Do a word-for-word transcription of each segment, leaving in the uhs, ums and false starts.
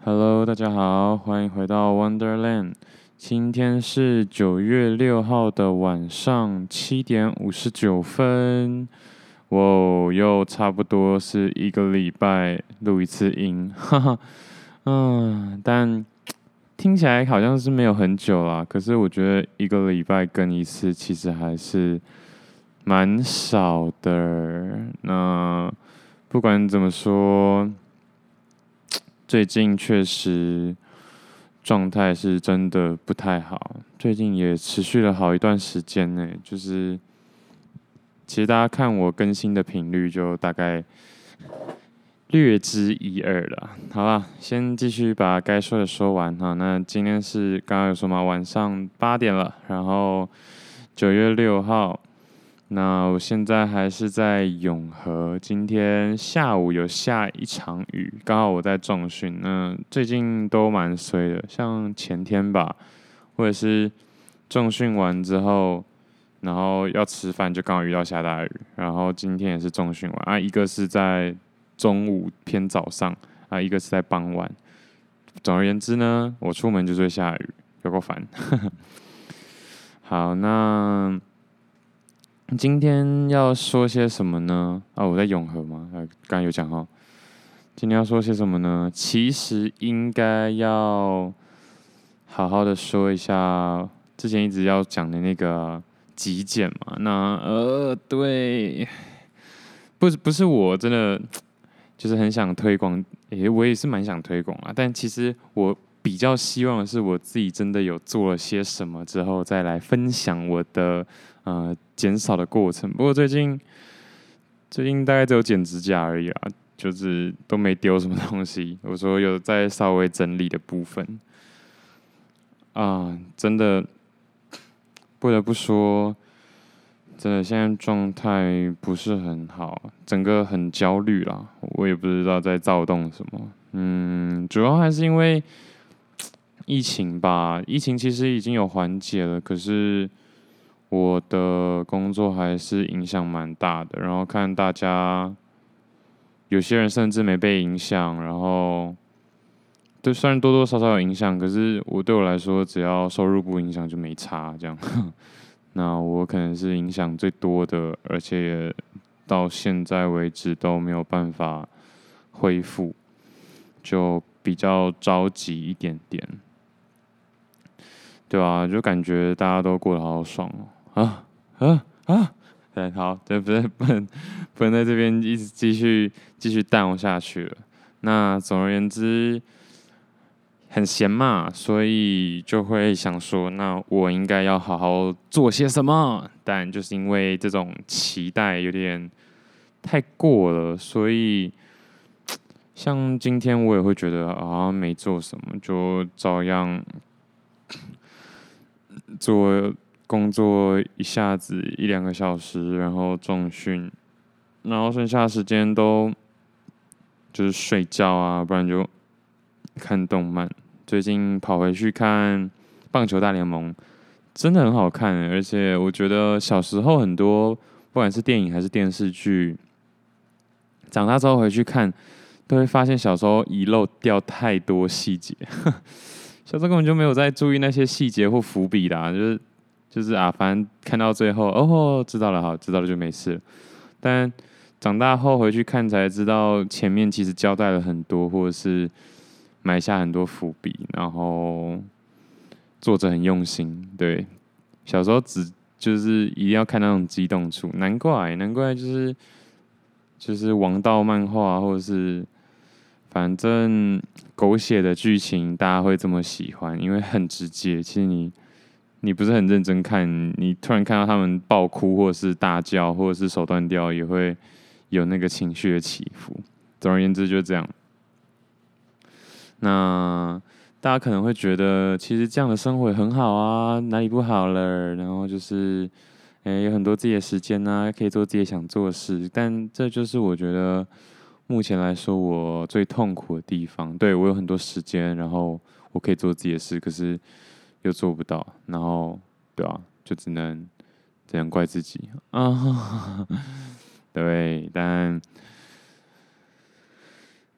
Hello，大家好，欢迎回到 Wonderland。今天是九月六号的晚上七点五十九分，我又差不多是一个礼拜录一次音，哈哈，嗯，但听起来好像是没有很久啦。可是我觉得一个礼拜更一次，其实还是蛮少的。那不管怎么说，最近确实状态是真的不太好，最近也持续了好一段时间呢。就是其实大家看我更新的频率，就大概略知一二了。好了，先继续把该说的说完哈。那今天是刚刚有说嘛，晚上八点了，然后九月六号。那我现在还是在永和，今天下午有下一场雨，刚好我在重训。那最近都蛮衰的，像前天吧，或者是重训完之后，然后要吃饭就刚好遇到下大雨，然后今天也是重训完啊，一个是在中午偏早上啊，一个是在傍晚。总而言之呢，我出门就是会下雨，有够烦。好，那。今天要说些什么呢？啊，我在永和嘛，呃，刚刚有讲哦。今天要说些什么呢？其实应该要好好的说一下之前一直要讲的那个极简嘛。那呃，对，不是不是我真的就是很想推广，诶，我也是蛮想推广啊。但其实我比较希望的是我自己真的有做了些什么之后，再来分享我的呃减少的过程。不过最近最近大概只有剪指甲而已啦，就是都没丢什么东西。我说有在稍微整理的部分啊，真的不得不说。真的，现在状态不是很好，整个很焦虑啦。我也不知道在躁动什么。嗯，主要还是因为疫情吧。疫情其实已经有缓解了，可是我的工作还是影响蛮大的。然后看大家，有些人甚至没被影响，然后对，虽然多多少少有影响，可是我对我来说，只要收入不影响就没差这样。那我可能是影响最多的，而且到现在为止都没有办法恢复，就比较着急一点点，对啊，就感觉大家都过得好爽哦，啊啊啊！对，好，对，不是不能不能在这边一直继续继续 down 下去了。那总而言之，很闲嘛，所以就会想说，那我应该要好好做些什么？但就是因为这种期待有点太过了，所以像今天我也会觉得好像没做什么，就照样做工作，一下子一两个小时，然后重训，然后剩下的时间都就是睡觉啊，不然就看动漫。最近跑回去看棒球大联盟，真的很好看，而且我觉得小时候很多不管是电影还是电视剧，长大之后回去看，都会发现小时候遗漏掉太多细节。小时候根本就没有在注意那些细节或伏笔啦，就是就是啊，反正看到最后，哦，知道了，好，知道了就没事了。但长大后回去看才知道，前面其实交代了很多，或者是埋下很多伏笔，然后作者很用心。对，小时候只就是一定要看那种激动处，难怪难怪就是就是王道漫画，或者是反正狗血的剧情，大家会这么喜欢，因为很直接。其实你你不是很认真看，你突然看到他们爆哭，或者是大叫，或者是手断掉，也会有那个情绪的起伏。总而言之，就是这样。那大家可能会觉得，其实这样的生活也很好啊，哪里不好了？然后就是，诶、有很多自己的时间啊，可以做自己想做的事。但这就是我觉得目前来说我最痛苦的地方。对，我有很多时间，然后我可以做自己的事，可是又做不到，然后对啊，就只能只能怪自己啊。对，但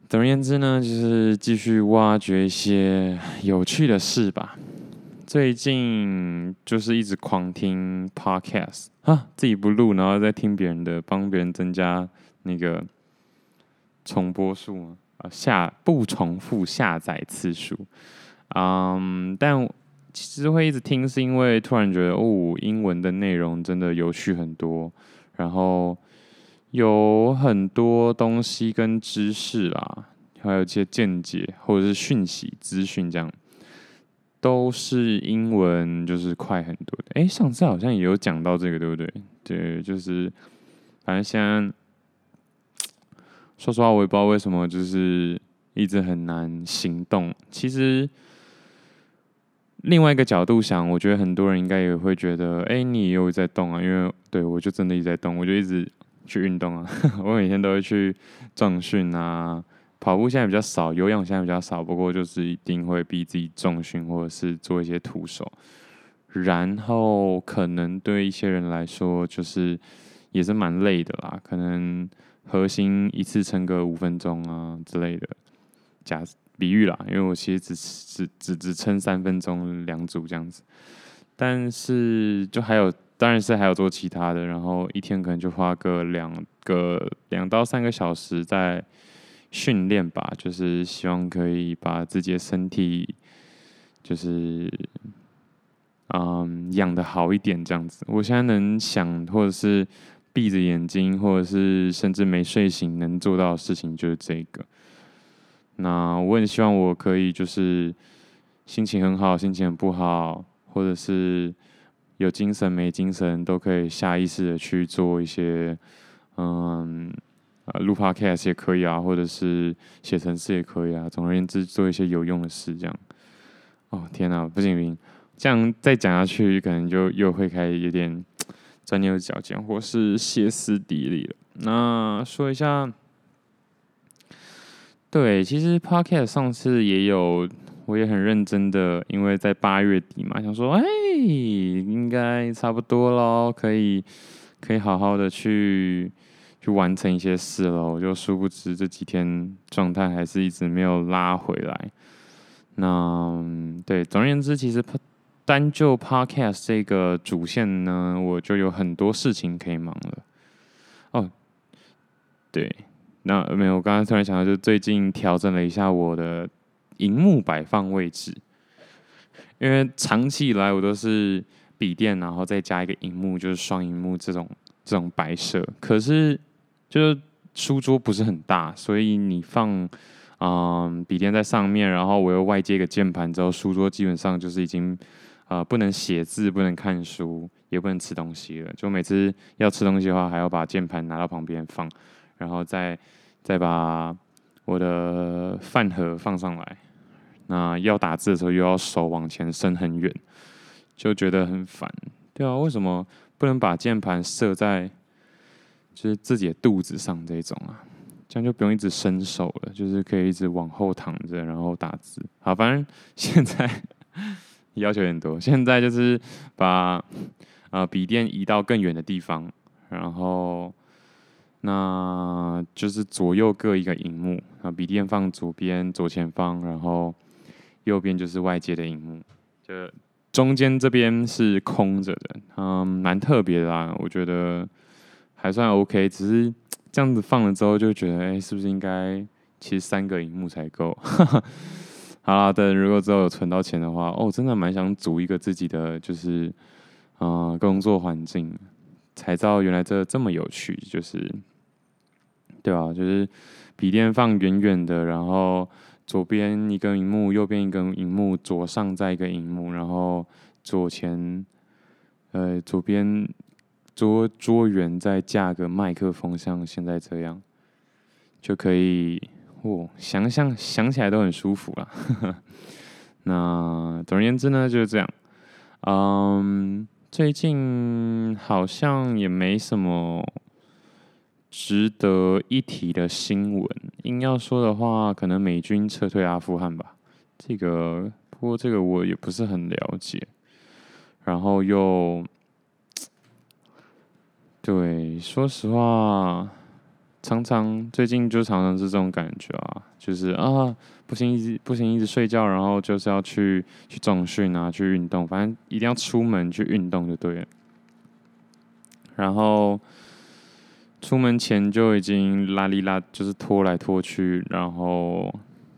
总而言之呢，就是继续挖掘一些有趣的事吧。最近就是一直狂听 podcast 啊，自己不录，然后再听别人的，帮别人增加那个重播数啊，下不重复下载次数。嗯，但其实会一直听，是因为突然觉得哦，英文的内容真的有趣很多，然后有很多东西跟知识啦，还有一些见解或者是讯息资讯这样。都是英文，就是快很多的。哎，上次好像也有讲到这个，对不对？对，就是反正现在，说实话，我也不知道为什么，就是一直很难行动。其实另外一个角度想，我觉得很多人应该也会觉得，哎，你也有在动啊，因为对我就真的一直在动，我就一直去运动啊，我每天都会去重训啊。跑步现在比较少，有氧现在比较少，不过就是一定会逼自己重训或者是做一些徒手，然后可能对一些人来说就是也是蛮累的啦，可能核心一次撑个五分钟啊之类的，假比喻啦，因为我其实只只只只撑三分钟两组这样子，但是就还有当然是还有做其他的，然后一天可能就花个两个两到三个小时在训练吧，就是希望可以把自己的身体，就是嗯养得好一点这样子。我现在能想，或者是闭着眼睛，或者是甚至没睡醒能做到的事情，就是这个。那我很希望我可以就是心情很好，心情很不好，或者是有精神没精神，都可以下意识的去做一些嗯。呃，录 podcast 也可以啊，或者是写程式也可以啊。总而言之，做一些有用的事，这样。哦，天哪，不行不行，这样再讲下去，可能就又会开始有点钻牛角尖，或是歇斯底里了。那说一下，对，其实 podcast 上次也有，我也很认真的，因为在八月底嘛，想说，哎，应该差不多咯，可以可以好好的去。去完成一些事了，我就殊不知这几天状态还是一直没有拉回来。那对，总而言之，其实单就 podcast 这个主线呢，我就有很多事情可以忙了。哦，对，那没有，我刚刚突然想到，就最近调整了一下我的荧幕摆放位置，因为长期以来我都是笔电，然后再加一个荧幕，就是双荧幕这种这种摆设，可是。就是书桌不是很大，所以你放嗯笔电在上面，然后我又外接一个键盘之后，书桌基本上就是已经呃不能写字、不能看书、也不能吃东西了。就每次要吃东西的话，还要把键盘拿到旁边放，然后再再把我的饭盒放上来。那要打字的时候，又要手往前伸很远，就觉得很烦。对啊，为什么不能把键盘设在？就是自己的肚子上这种啊，这样就不用一直伸手了，就是可以一直往后躺着，然后打字。好，反正现在要求有点多，现在就是把呃笔电移到更远的地方，然后那就是左右各一个荧幕，啊，笔电放左边左前方，然后右边就是外接的荧幕，就中间这边是空着的，嗯，蛮特别的啦，我觉得。还算 OK， 只是这样子放了之后，就觉得，哎、欸，是不是应该其实三个荧幕才够？好啦，等如果之后有存到钱的话，哦，真的蛮想组一个自己的，就是啊、呃、工作环境，才知道原来这这么有趣，就是对啊，就是笔电放远远的，然后左边一个荧幕，右边一个荧幕，左上再一个荧幕，然后左前呃左边。桌桌缘再架个麦克风，像现在这样，就可以哦，想想想起来都很舒服啦。那总而言之呢，就是这样。嗯，最近好像也没什么值得一提的新闻。硬要说的话，可能美军撤退阿富汗吧。这个不过这个我也不是很了解。然后又。对，说实话， 常常最近就常常是这种感觉啊，就是啊不行一直不行一直睡觉，然后就是要去去重训啊，去运动，反正一定要出门去运动就对了。然后出门前就已经拉里拉，就是拖来拖去，然后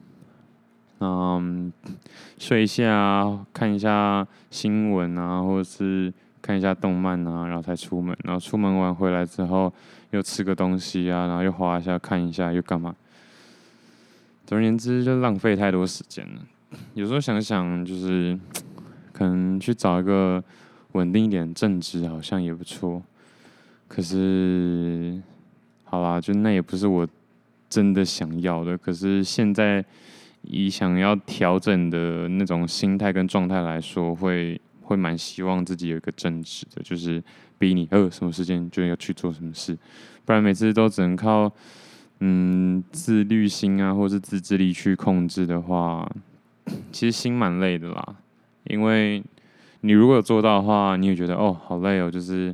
嗯睡一下啊，看一下新闻啊，或者是看一下动漫啊，然后才出门。然后出门完回来之后，又吃个东西啊，然后又滑一下，看一下，又干嘛？总而言之，就浪费太多时间了。有时候想想，就是可能去找一个稳定一点的正职，好像也不错。可是，好啦，就那也不是我真的想要的。可是现在以想要调整的那种心态跟状态来说，会会蛮希望自己有一个正职的，就是逼你呃什么时间就要去做什么事，不然每次都只能靠嗯自律心啊，或是自制力去控制的话，其实心蛮累的啦。因为你如果有做到的话，你也觉得哦好累哦，就是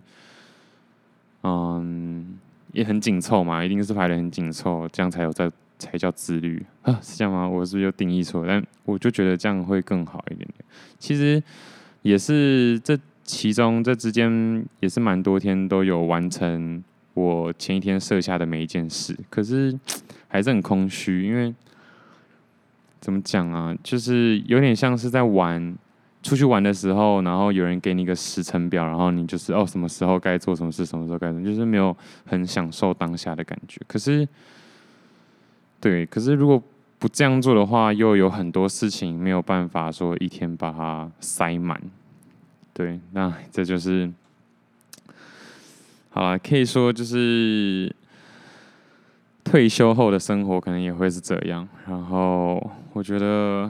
嗯也很紧凑嘛，一定是排得很紧凑，这样才有在才叫自律啊，是这样吗？我是不是又定义错？但我就觉得这样会更好一点点。其实也是这其中这之间也是蛮多天都有完成我前一天设下的每一件事，可是还是很空虚，因为怎么讲啊，就是有点像是在玩。出去玩的时候，然后有人给你一个时程表，然后你就是哦，什么时候该做什么事，什么时候该做，就是没有很享受当下的感觉。可是，对，可是如果不这样做的话，又有很多事情没有办法说一天把它塞满。对，那这就是好了，可以说就是退休后的生活可能也会是这样。然后我觉得，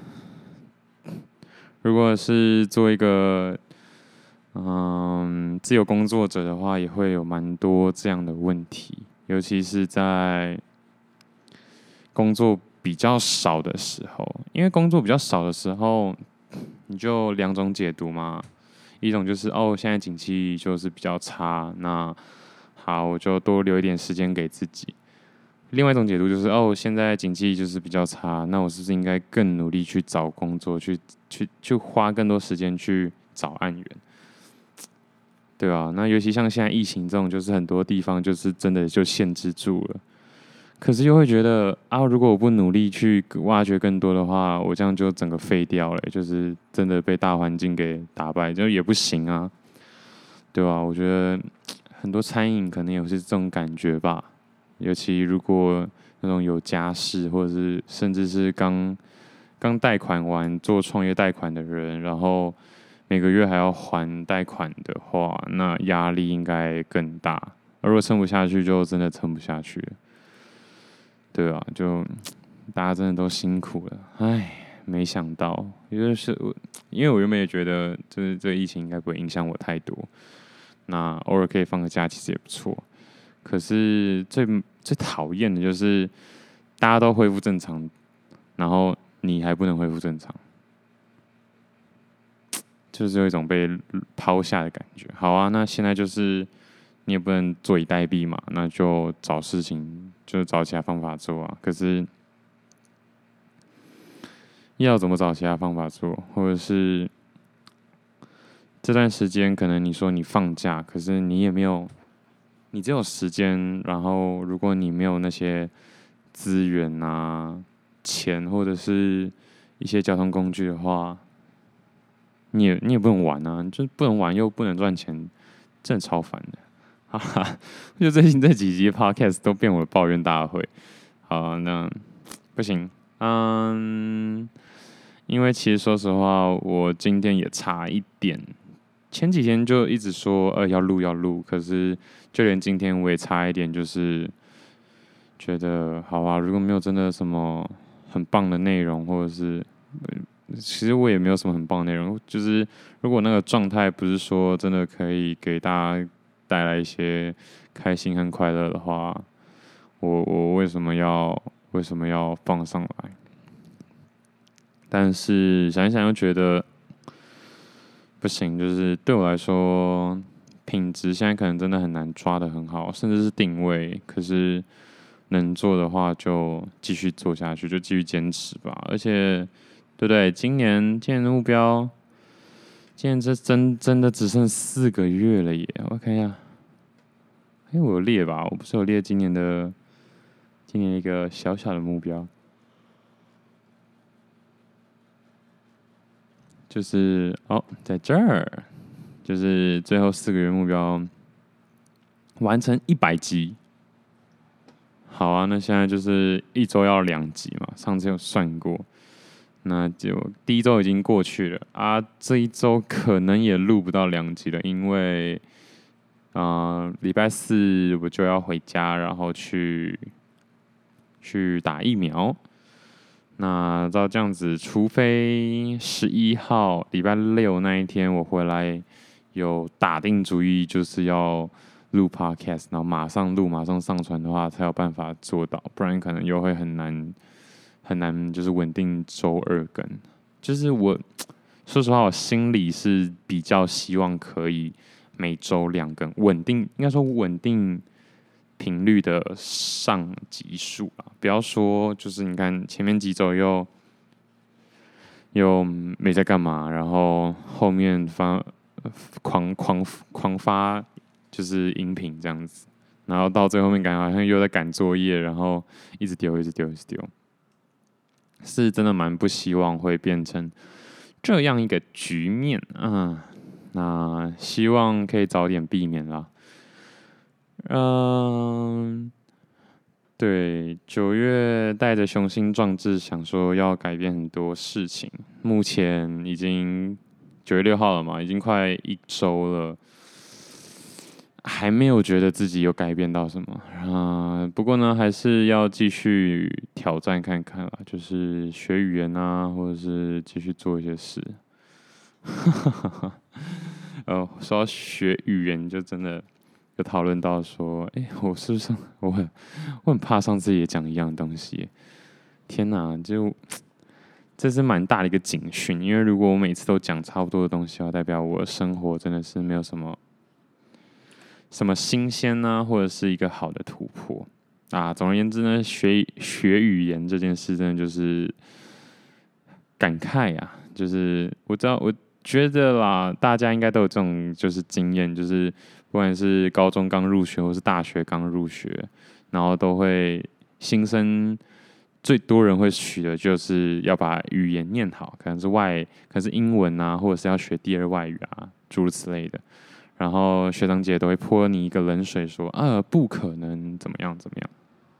如果是做一个嗯自由工作者的话，也会有蛮多这样的问题，尤其是在工作比较少的时候，因为工作比较少的时候，你就两种解读嘛，一种就是哦，现在景气就是比较差，那好，我就多留一点时间给自己。另外一种解读就是哦，现在经济就是比较差，那我是不是应该更努力去找工作，去去去花更多时间去找案源，对啊，那尤其像现在疫情这种，就是很多地方就是真的就限制住了。可是又会觉得啊，如果我不努力去挖掘更多的话，我这样就整个废掉了，就是真的被大环境给打败，就也不行啊，对吧？我觉得很多餐饮可能也是这种感觉吧，尤其如果那种有家室，或者是甚至是刚刚贷款完做创业贷款的人，然后每个月还要还贷款的话，那压力应该更大。而如果撑不下去，就真的撑不下去了。对啊，就大家真的都辛苦了，唉，没想到，就是我，因为我原本也觉得，就是这个疫情应该不会影响我太多，那偶尔可以放个假，其实也不错。可是最最讨厌的就是大家都恢复正常，然后你还不能恢复正常，就是有一种被抛下的感觉。好啊，那现在就是你也不能坐以待毙嘛，那就找事情，就找其他方法做啊。可是要怎么找其他方法做，或者是这段时间可能你说你放假，可是你也没有，你只有时间，然后如果你没有那些资源啊、钱或者是一些交通工具的话，你也你也不能玩啊，就不能玩又不能赚钱，真的超烦的。哈哈，就最近这几集 podcast 都变我的抱怨大会。好，那不行，嗯，因为其实说实话，我今天也差一点，前几天就一直说呃要录要录，可是就连今天我也差一点，就是觉得好啊，如果没有真的什么很棒的内容，或者是其实我也没有什么很棒的内容，就是如果那个状态不是说真的可以给大家带来一些开心和快乐的话，我我为什么要为什么要放上来？但是想一想又觉得不行，就是对我来说， 品质现在可能真的很难抓得很好，甚至是定位。可是能做的话就继续做下去，就继续坚持吧。而且，对不对？今年今年的目标，今年这真真的只剩四个月了耶！我看一下，哎，我有列吧？我不是有列今年的今年一个小小的目标，就是哦，在这儿，就是最后四个月目标完成一百集。好啊，那现在就是一周要两集嘛，上次有算过，那就第一周已经过去了啊，这一周可能也录不到两集了，因为啊礼、呃、拜四我就要回家，然后去去打疫苗。那照这样子，除非十一号礼拜六那一天我回来有打定主意，就是要录 podcast， 然后马上录、马上上传的话，才有办法做到，不然可能又会很难很难，就是稳定周二更。就是我说实话，我心里是比较希望可以每周两更，稳定，应该说稳定频率的上集数啊，不要说就是你看前面几周又又没在干嘛，然后后面发狂狂狂发就是音频这样子，然后到最后面感觉好像又在赶作业，然后一直丢一直丢一直丢，是真的蛮不希望会变成这样一个局面啊。那希望可以早点避免啦。嗯，对，九月带着雄心壮志，想说要改变很多事情。目前已经九月六号了嘛，已经快一周了，还没有觉得自己有改变到什么啊。不过呢，还是要继续挑战看看啦，就是学语言啊，或者是继续做一些事。哦，说到学语言，就真的有讨论到说，哎、欸，我是不是我很我很怕上次也讲一样的东西？天哪，就这是蛮大的一个警讯，因为如果我每次都讲差不多的东西的话，代表我的生活真的是没有什么什么新鲜啊，或者是一个好的突破啊。总而言之呢，学学语言这件事真的就是感慨啊，就是我知道我。觉得啦，大家应该都有这种就是经验，就是不管是高中刚入学，或是大学刚入学，然后都会新生最多人会许的就是要把语言念好，可能是外，可能是英文啊，或者是要学第二外语啊，诸如此类的。然后学长姐都会泼你一个冷水说，啊，不可能，怎么样怎么样。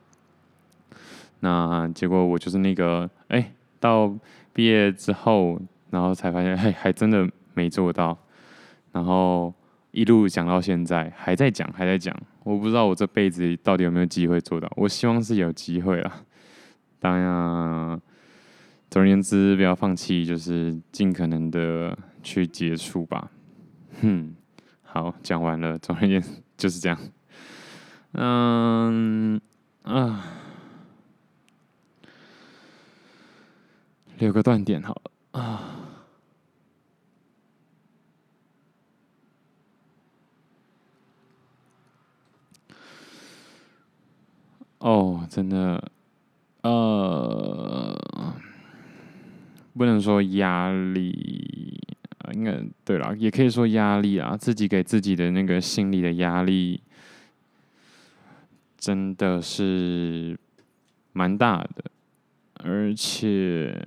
那结果我就是那个，哎、欸，到毕业之后。然后才发现，嘿，还真的没做到。然后一路讲到现在，还在讲，还在讲。我不知道我这辈子到底有没有机会做到。我希望是有机会啦。当然，总而言之，不要放弃，就是尽可能的去接触吧。哼，好，讲完了。总而言之就是这样。嗯啊，留个断点好了啊。哦，真的，呃，不能说压力，应该对啦，也可以说压力啊，自己给自己的那个心理的压力，真的是蛮大的，而且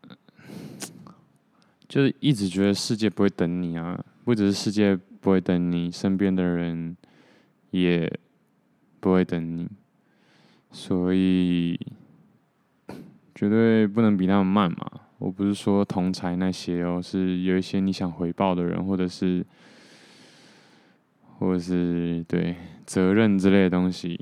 就是一直觉得世界不会等你啊，不只是世界不会等你，身边的人也不会等你。所以绝对不能比他们慢嘛！我不是说同才那些哦，是有一些你想回报的人，或者是，或者是对责任之类的东西。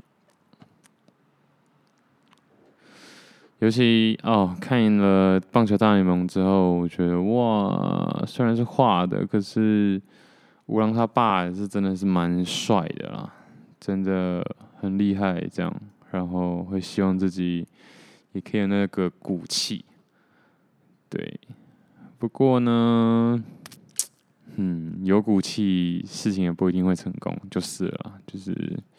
尤其哦，看了棒球大联盟之后，我觉得哇，虽然是画的，可是吴郎他爸也是真的是蛮帅的啦，真的很厉害这样。然后会希望自己也可以有那个骨气，对。不过呢， 嗯，有骨气，事情也不一定会成功，就是了，就是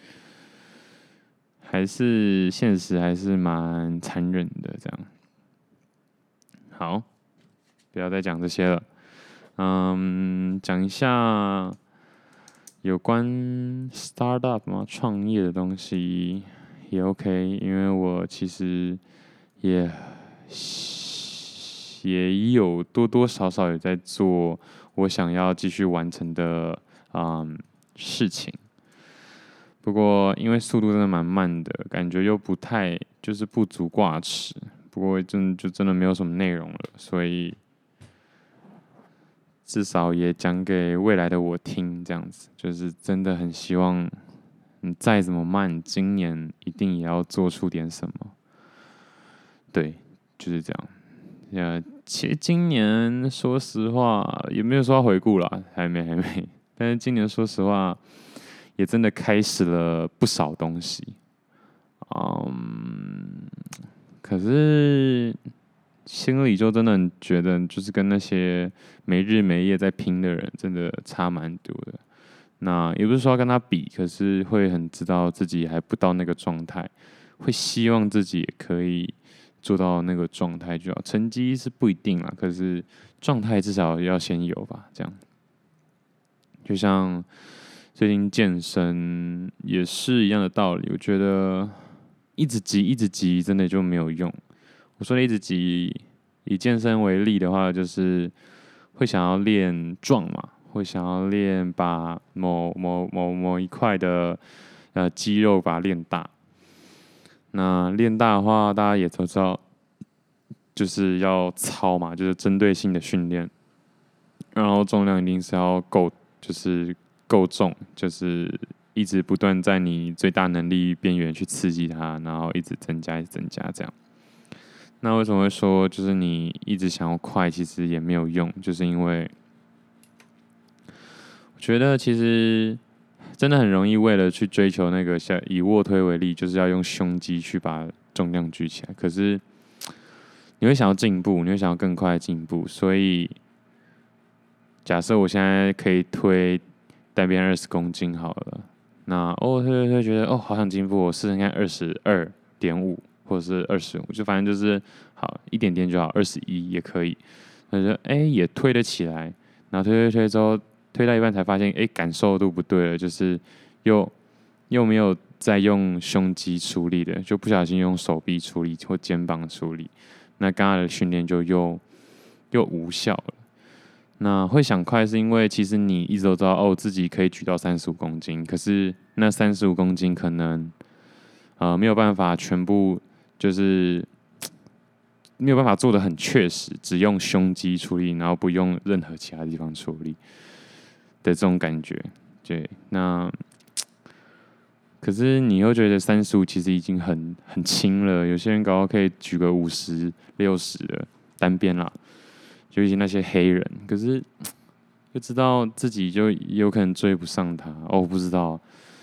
还是现实还是蛮残忍的，这样。好，不要再讲这些了。嗯，讲一下有关 startup 嘛，创业的东西也 OK，因为我其实也也有多多少少有在做我想要继续完成的嗯事情。不过因为速度真的蛮慢的，感觉又不太就是不足挂齿。不过真就真的没有什么内容了，所以至少也讲给未来的我听，这样子就是真的很希望你再怎么慢，今年一定也要做出点什么。对，就是这样。呃，其实今年说实话也没有说要回顾啦，还没还没。但是今年说实话，也真的开始了不少东西。嗯，可是心里就真的很觉得，就是跟那些没日没夜在拼的人，真的差蛮多的。那也不是说要跟他比，可是会很知道自己还不到那个状态，会希望自己也可以做到那个状态就好。成绩是不一定啦，可是状态至少要先有吧。这样，就像最近健身也是一样的道理。我觉得一直急一直急，真的就没有用。我说的一直急，以健身为例的话，就是会想要练壮嘛，会想要练把某某某某一块的呃肌肉把它练大。那练大的话，大家也都知道，就是要操嘛，就是针对性的训练，然后重量一定是要够，就是够重，就是一直不断在你最大能力边缘去刺激它，然后一直增加，一直增加这样。那为什么会说就是你一直想要快，其实也没有用，就是因为我觉得其实真的很容易为了去追求那个像以卧推为例，就是要用胸肌去把重量举起来。可是你会想要进步，你会想要更快的进步，所以假设我现在可以推单边二十公斤好了，那哦推推推觉得哦好想进步，我试试看二十二点五或者是二十五，就反正就是好一点点就好，二十一也可以。那就哎也推得起来，然后推推推之后。推到一半才发现，哎，感受度不对了，就是又又没有再用胸肌出力的，就不小心用手臂出力或肩膀出力，那刚刚的训练就又又无效了。那会想快是因为其实你一直都知道哦，自己可以举到三十五公斤，可是那三十五公斤可能呃没有办法全部就是没有办法做得很确实，只用胸肌出力，然后不用任何其他地方出力。的这种感觉，对，那可是你又觉得三十五其实已经很很轻了，有些人搞到可以举个五十、六十的单边啦，尤其那些黑人，可是就知道自己就有可能追不上他，哦，我不知道，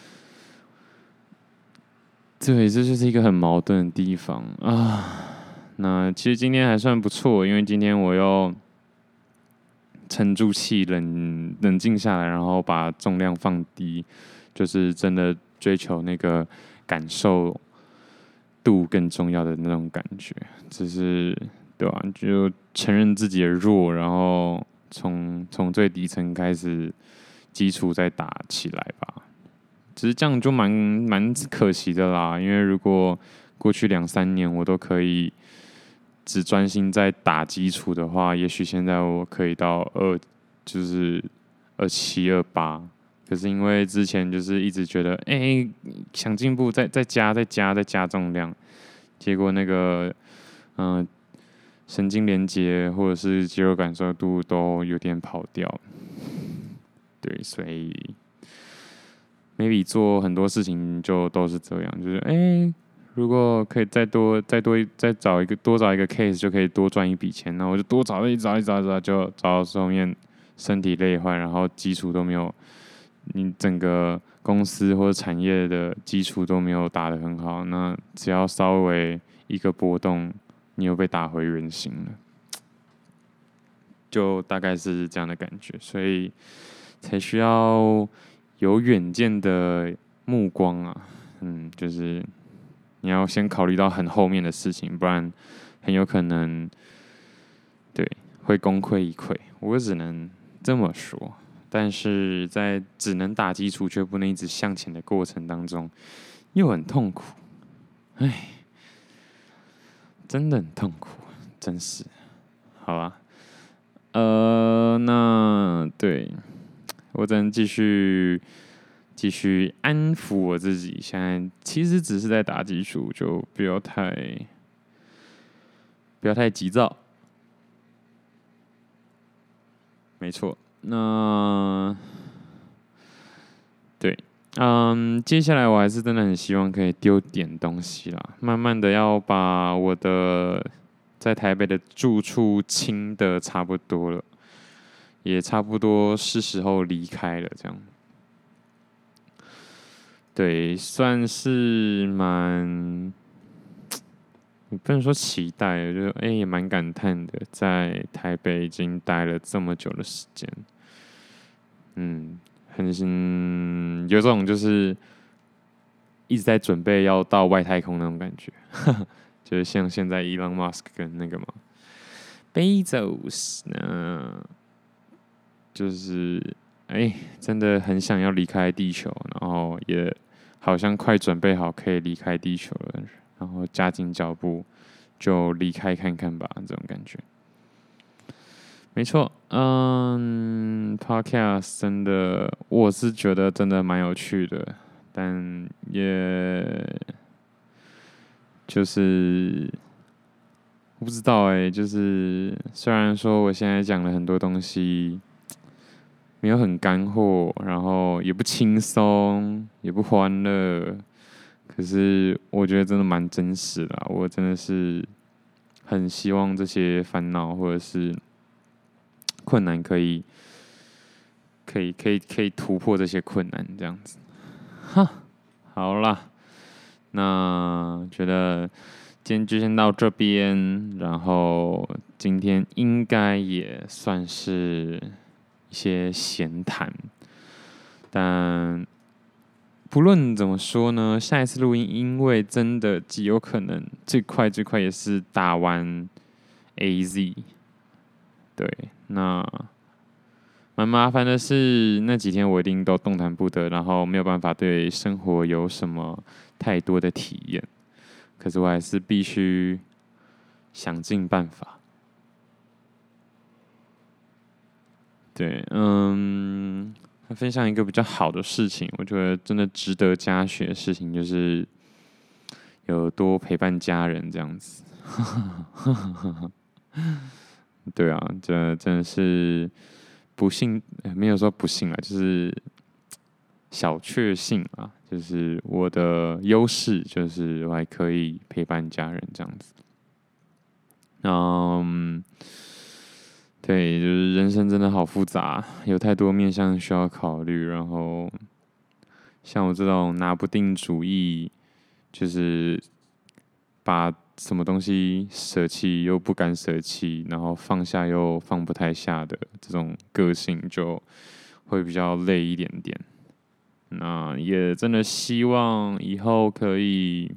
对，这就是一个很矛盾的地方啊。那其实今天还算不错，因为今天我又。沉住气，冷冷静下来，然后把重量放低，就是真的追求那个感受度更重要的那种感觉，只是对吧、啊？就承认自己的弱，然后从从最底层开始，基础再打起来吧。只是这样就蛮蛮可惜的啦，因为如果过去两三年我都可以。只专心在打基础的话，也许现在我可以到二，就是二七二八。可是因为之前就是一直觉得，哎、欸，想进步，再再加再加再加重量，结果那个嗯、呃、神经连接或者是肌肉感受度都有点跑掉。对，所以 maybe 做很多事情就都是这样，就是哎。欸如果可以再多、再多、再找一个多找一个 case， 就可以多赚一笔钱。那我就多找一找、一找、一找，就找到后面身体累坏，然后基础都没有，你整个公司或者产业的基础都没有打得很好。那只要稍微一个波动，你又被打回原形了。 就大概是这样的感觉，所以才需要有远见的目光啊，嗯，就是你要先考虑到很后面的事情，不然很有可能对会功亏一篑。我只能这么说，但是在只能打基础却不能一直向前的过程当中，又很痛苦，唉，真的很痛苦，真是，好吧。呃，那对我只能继续继续安抚我自己。现在其实只是在打基础，就不要太不要太急躁。没错，那对，嗯，接下来我还是真的很希望可以丢点东西啦，慢慢的要把我的在台北的住处清的差不多了。也差不多是时候离开了，这样。对，算是蛮，你不能说期待，就哎、欸、也蛮感叹的，在台北已经待了这么久的时间，嗯，很嗯有种就是一直在准备要到外太空那种感觉，就是像现在 Elon Musk 跟那个嘛 Bezos 呢。就是哎、欸，真的很想要离开地球，然后也好像快准备好可以离开地球了，然后加紧脚步就离开看看吧，这种感觉。没错，嗯，Podcast 真的我是觉得真的蛮有趣的，但也就是不知道哎、欸，就是虽然说我现在讲了很多东西。没有很干货，然后也不轻松，也不欢乐，可是我觉得真的蛮真实的。我真的是很希望这些烦恼或者是困难可以，可以，可以，可以突破这些困难，这样子。哈，好啦，那觉得今天就先到这边，然后今天应该也算是。一些闲谈，但不论怎么说呢，下一次录音，因为真的极有可能最快最快也是打完 A Z， 对，那蛮麻烦的是那几天我一定都动弹不得，然后没有办法对生活有什么太多的体验，可是我还是必须想尽办法。对，嗯，分享一个比较好的事情，我觉得真的值得嘉许的事情，就是有多陪伴家人这样子。对啊，这真的是不幸，没有说不幸啦，就是小确幸啊，就是我的优势，就是我还可以陪伴家人这样子。嗯。对，就是人生真的好复杂，有太多面向需要考虑。然后，像我这种拿不定主意，就是把什么东西舍弃又不敢舍弃，然后放下又放不太下的这种个性，就会比较累一点点。那也真的希望以后可以。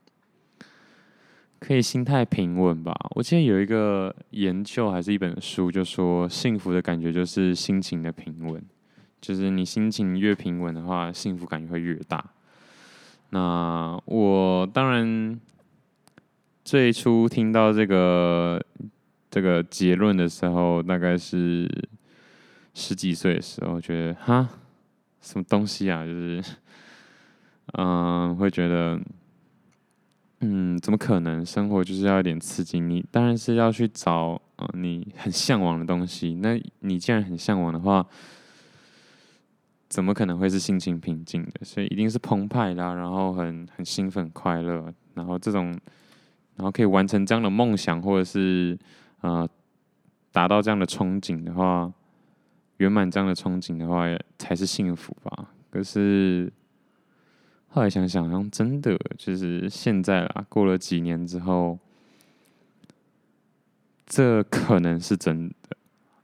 可以心态平稳吧。我记得有一个研究还是一本书，就说幸福的感觉就是心情的平稳，就是你心情越平稳的话，幸福感会越大。那我当然最初听到这个这个结论的时候，大概是十几岁的时候，觉得哈什么东西啊，就是嗯会觉得。嗯，怎么可能？生活就是要一点刺激，你当然是要去找呃你很向往的东西。那你既然很向往的话，怎么可能会是心情平静的？所以一定是澎湃啦，然后很很兴奋、快乐，然后这种，然后可以完成这样的梦想，或者是呃达到这样的憧憬的话，圆满这样的憧憬的话，才是幸福吧。可是。后来想想，好像真的就是现在啦，过了几年之后，这可能是真的，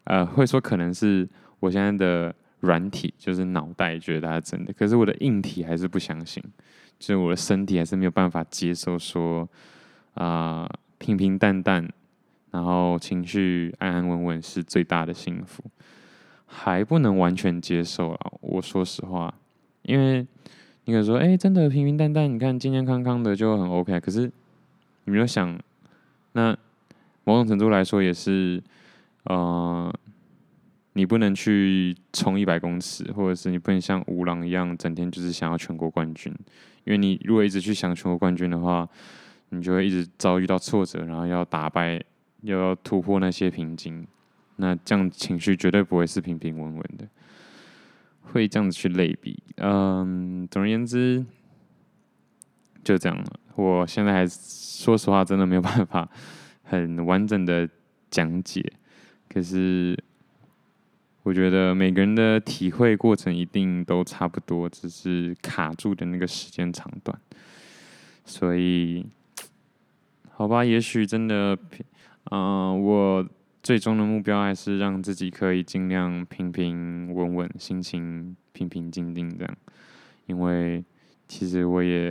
呃，会说可能是我现在的软体，就是脑袋觉得它是真的，可是我的硬体还是不相信，就是我的身体还是没有办法接受说啊、呃平平淡淡，然后情绪安安稳稳是最大的幸福，还不能完全接受啊。我说实话，因为你可能说，哎、欸，真的平平淡淡，你看健健康康的就很 OK。可是你没有想，那某种程度来说也是，呃，你不能去冲一百公尺，或者是你不能像吴朗一样，整天就是想要全国冠军。因为你如果一直去想全国冠军的话，你就会一直遭遇到挫折，然后要打败，又要突破那些瓶颈，那这样情绪绝对不会是平平稳稳的，会这样子去类比。嗯，总而言之，就这样了。我现在还说实话，真的没有办法很完整的讲解，可是我觉得每个人的体会过程一定都差不多，只是卡住的那个时间长短。所以，好吧，也许真的，嗯、呃，我最终的目标还是让自己可以尽量平平稳稳，心情平平静静这样。因为其实我也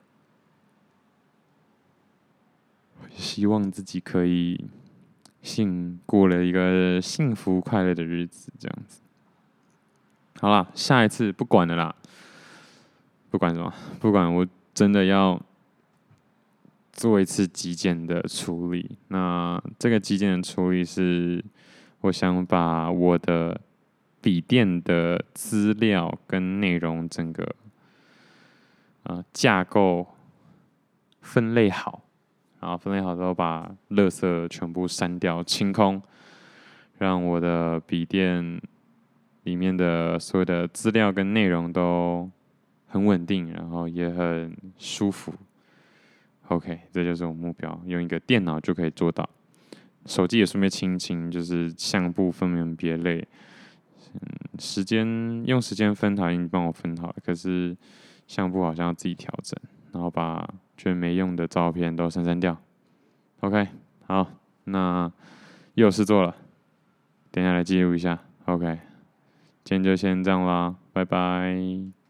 希望自己可以幸过了一个幸福快乐的日子，这样子。好啦，下一次不管了啦，不管什么，不管我真的要做一次极简的处理。那这个极简的处理是，我想把我的笔电的资料跟内容整个呃架构分类好，然后分类好之后把垃圾全部删掉清空，让我的笔电里面的所有的资料跟内容都很稳定，然后也很舒服。OK，这就是我目标，用一个电脑就可以做到。手机也顺便清一清，就是相簿分门别类。嗯，时间用时间分好，已经帮我分好了，可是相簿好像要自己调整，然后把觉得没用的照片都删删掉。OK，好，那又有事做了，等一下来记录一下。OK，今天就先这样啦，拜拜。